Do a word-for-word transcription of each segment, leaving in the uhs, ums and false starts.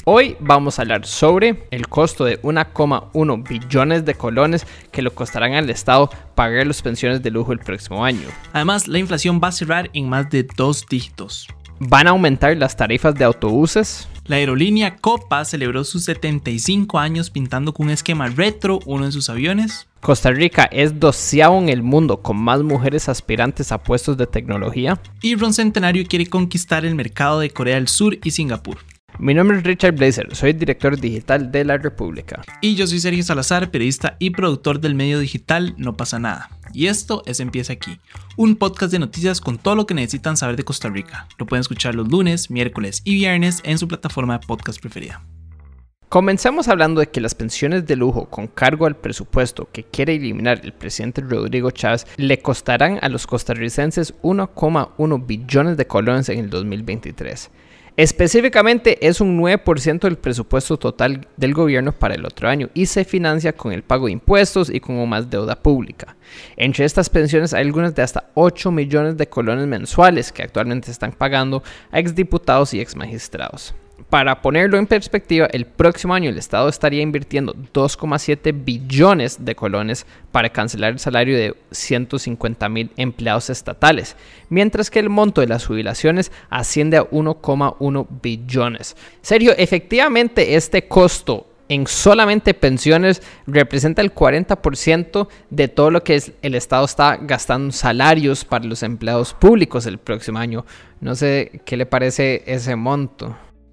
Hoy vamos a hablar sobre el costo de uno coma uno billones de colones que le costarán al Estado pagar las pensiones de lujo el próximo año. Además, la inflación va a cerrar en más de dos dígitos. ¿Van a aumentar las tarifas de autobuses? La aerolínea Copa celebró sus setenta y cinco años pintando con un esquema retro uno de sus aviones. Costa Rica es doceavo en el mundo con más mujeres aspirantes a puestos de tecnología. Y Ron Centenario quiere conquistar el mercado de Corea del Sur y Singapur. Mi nombre es Richard Blazer, soy director digital de La República. Y yo soy Sergio Salazar, periodista y productor del medio digital No Pasa Nada. Y esto es Empieza Aquí, un podcast de noticias con todo lo que necesitan saber de Costa Rica. Lo pueden escuchar los lunes, miércoles y viernes en su plataforma de podcast preferida. Comencemos hablando de que las pensiones de lujo con cargo al presupuesto que quiere eliminar el presidente Rodrigo Chávez le costarán a los costarricenses uno coma uno billones de colones en el dos mil veintitrés. Específicamente es un nueve por ciento del presupuesto total del gobierno para el otro año y se financia con el pago de impuestos y con más deuda pública. Entre estas pensiones hay algunas de hasta ocho millones de colones mensuales que actualmente están pagando a exdiputados y exmagistrados. Para ponerlo en perspectiva, el próximo año el Estado estaría invirtiendo dos coma siete billones de colones para cancelar el salario de ciento cincuenta mil empleados estatales, mientras que el monto de las jubilaciones asciende a uno coma uno billones. Sergio, efectivamente este costo en solamente pensiones representa el cuarenta por ciento de todo lo que es el Estado está gastando en salarios para los empleados públicos el próximo año. No sé qué le parece ese monto.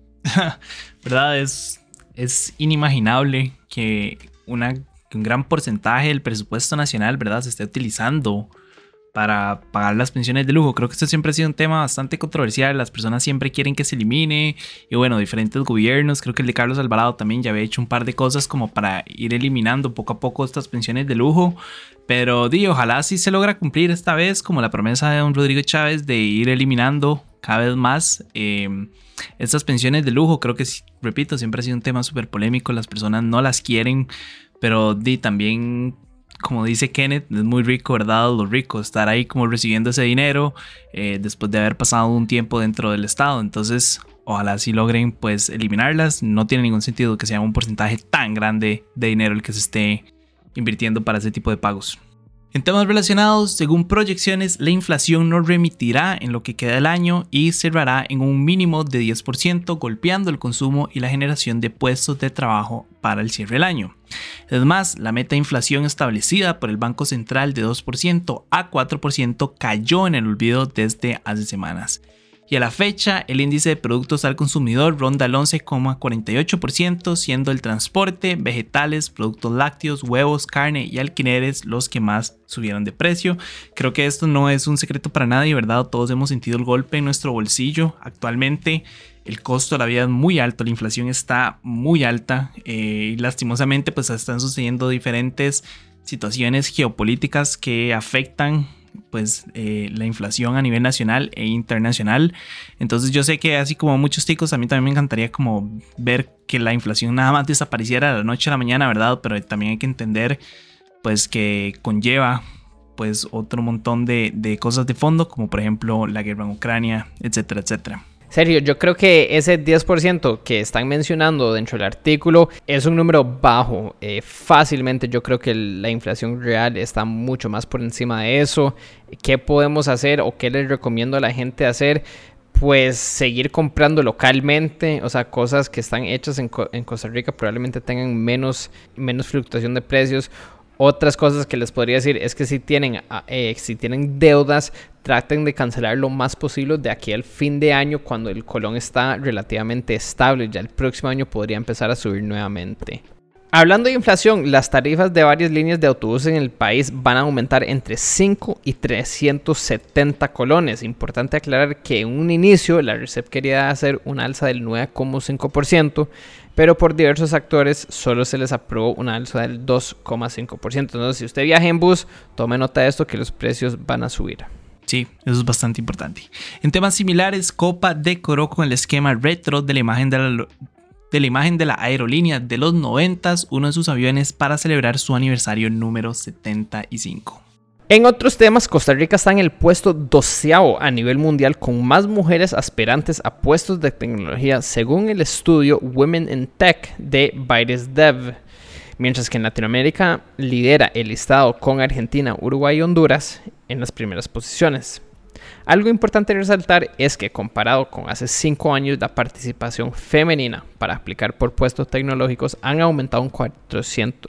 ¿Verdad? Es, es inimaginable que, una, que un gran porcentaje del presupuesto nacional, ¿verdad?, se esté utilizando para pagar las pensiones de lujo. Creo que esto siempre ha sido un tema bastante controversial. Las personas siempre quieren que se elimine. Y bueno, diferentes gobiernos, creo que el de Carlos Alvarado también ya había hecho un par de cosas como para ir eliminando poco a poco estas pensiones de lujo. Pero di, ojalá sí se logra cumplir esta vez, como la promesa de don Rodrigo Chávez de ir eliminando cada vez más eh, estas pensiones de lujo. Creo que, repito, siempre ha sido un tema súper polémico. Las personas no las quieren, pero di, también, como dice Kenneth, es muy rico, ¿verdad? Lo rico, estar ahí como recibiendo ese dinero eh, después de haber pasado un tiempo dentro del Estado. Entonces, ojalá sí logren pues eliminarlas. No tiene ningún sentido que sea un porcentaje tan grande de dinero el que se esté invirtiendo para ese tipo de pagos. En temas relacionados, según proyecciones, la inflación no remitirá en lo que queda del año y cerrará en un mínimo de diez por ciento, golpeando el consumo y la generación de puestos de trabajo para el cierre del año. Es más, la meta de inflación establecida por el Banco Central de dos por ciento a cuatro por ciento cayó en el olvido desde hace semanas. Y a la fecha, el índice de productos al consumidor ronda el once coma cuarenta y ocho por ciento, siendo el transporte, vegetales, productos lácteos, huevos, carne y alquileres los que más subieron de precio. Creo que esto no es un secreto para nadie, ¿verdad? Todos hemos sentido el golpe en nuestro bolsillo. Actualmente el costo de la vida es muy alto, la inflación está muy alta eh, y lastimosamente pues están sucediendo diferentes situaciones geopolíticas que afectan pues eh, la inflación a nivel nacional e internacional. Entonces yo sé que así como muchos ticos, a mí también me encantaría como ver que la inflación nada más desapareciera de la noche a la mañana, ¿verdad? Pero también hay que entender pues que conlleva pues otro montón de, de cosas de fondo, como por ejemplo la guerra en Ucrania, etcétera, etcétera. Sergio, yo creo que ese diez por ciento que están mencionando dentro del artículo es un número bajo. Eh, fácilmente yo creo que la inflación real está mucho más por encima de eso. ¿Qué podemos hacer o qué les recomiendo a la gente hacer? Pues seguir comprando localmente, o sea, cosas que están hechas en, en Costa Rica probablemente tengan menos, menos fluctuación de precios. Otras cosas que les podría decir es que si tienen, eh, si tienen deudas, traten de cancelar lo más posible de aquí al fin de año, cuando el colón está relativamente estable. Ya el próximo año podría empezar a subir nuevamente. Hablando de inflación, las tarifas de varias líneas de autobús en el país van a aumentar entre cinco y trescientos setenta colones. Importante aclarar que en un inicio la RECEP quería hacer una alza del nueve coma cinco por ciento, pero por diversos actores solo se les aprobó una alza del dos coma cinco por ciento. Entonces, si usted viaja en bus, tome nota de esto, que los precios van a subir. Sí, eso es bastante importante. En temas similares, Copa decoró con el esquema retro de la imagen de la... de la imagen de la aerolínea de los noventas uno de sus aviones para celebrar su aniversario número setenta y cinco. En otros temas, Costa Rica está en el puesto doceavo a nivel mundial con más mujeres aspirantes a puestos de tecnología según el estudio Women in Tech de BytesDev, mientras que en Latinoamérica lidera el listado con Argentina, Uruguay y Honduras en las primeras posiciones. Algo importante resaltar es que comparado con hace cinco años, la participación femenina para aplicar por puestos tecnológicos han aumentado un cuatrocientos,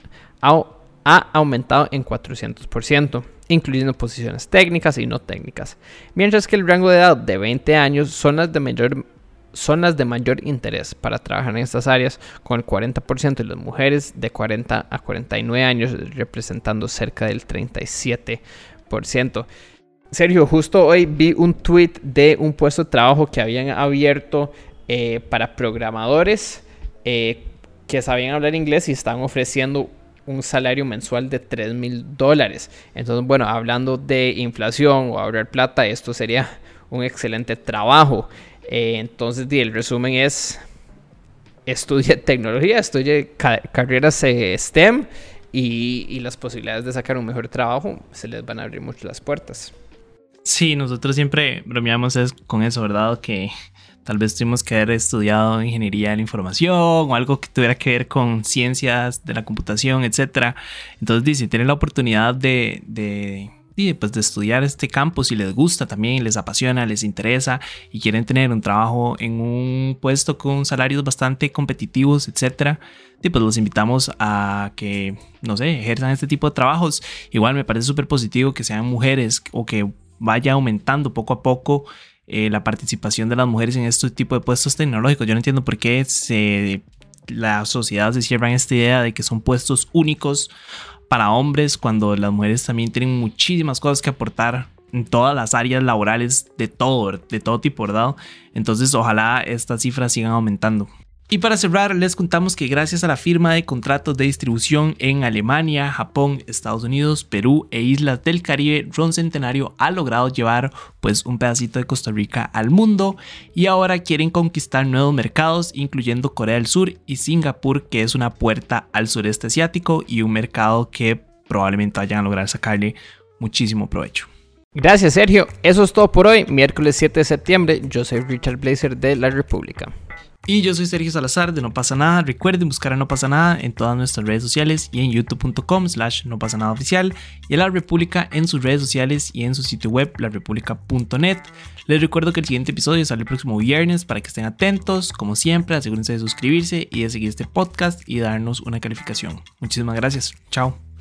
ha aumentado en cuatrocientos por ciento, incluyendo posiciones técnicas y no técnicas, mientras que el rango de edad de veinte años son las de mayor, son las de mayor interés para trabajar en estas áreas, con el cuarenta por ciento de las mujeres de cuarenta a cuarenta y nueve años representando cerca del treinta y siete por ciento. Sergio, justo hoy vi un tweet de un puesto de trabajo que habían abierto eh, para programadores eh, que sabían hablar inglés y estaban ofreciendo un salario mensual de tres mil dólares. Entonces, bueno, hablando de inflación o ahorrar plata, esto sería un excelente trabajo. Eh, entonces, el resumen es: estudie tecnología, estudie ca- carreras eh, STEM y, y las posibilidades de sacar un mejor trabajo se les van a abrir mucho las puertas. Sí, nosotros siempre bromeamos es con eso, ¿verdad? Que tal vez tuvimos que haber estudiado ingeniería de la información o algo que tuviera que ver con ciencias de la computación, etcétera. Entonces, si tienen la oportunidad de, de, de, pues, de estudiar este campo, si les gusta también, les apasiona, les interesa y quieren tener un trabajo en un puesto con salarios bastante competitivos, etcétera, y pues los invitamos a que, no sé, ejerzan este tipo de trabajos. Igual me parece súper positivo que sean mujeres o que vaya aumentando poco a poco Eh, la participación de las mujeres en este tipo de puestos tecnológicos. Yo no entiendo por qué se, la sociedad se cierra en esta idea de que son puestos únicos para hombres, cuando las mujeres también tienen muchísimas cosas que aportar en todas las áreas laborales de todo, de todo tipo, ¿verdad? Entonces, ojalá estas cifras sigan aumentando. Y para cerrar, les contamos que gracias a la firma de contratos de distribución en Alemania, Japón, Estados Unidos, Perú e Islas del Caribe, Ron Centenario ha logrado llevar pues un pedacito de Costa Rica al mundo y ahora quieren conquistar nuevos mercados, incluyendo Corea del Sur y Singapur, que es una puerta al sureste asiático y un mercado que probablemente vayan a lograr sacarle muchísimo provecho. Gracias, Sergio. Eso es todo por hoy, miércoles siete de septiembre. Yo soy Richard Blazer de La República. Y yo soy Sergio Salazar de No Pasa Nada. Recuerden buscar a No Pasa Nada en todas nuestras redes sociales y en youtube punto com slash no pasa nada oficial, y a La República en sus redes sociales y en su sitio web la república punto net. Les recuerdo que el siguiente episodio sale el próximo viernes para que estén atentos. Como siempre, asegúrense de suscribirse y de seguir este podcast y darnos una calificación. Muchísimas gracias. Chao.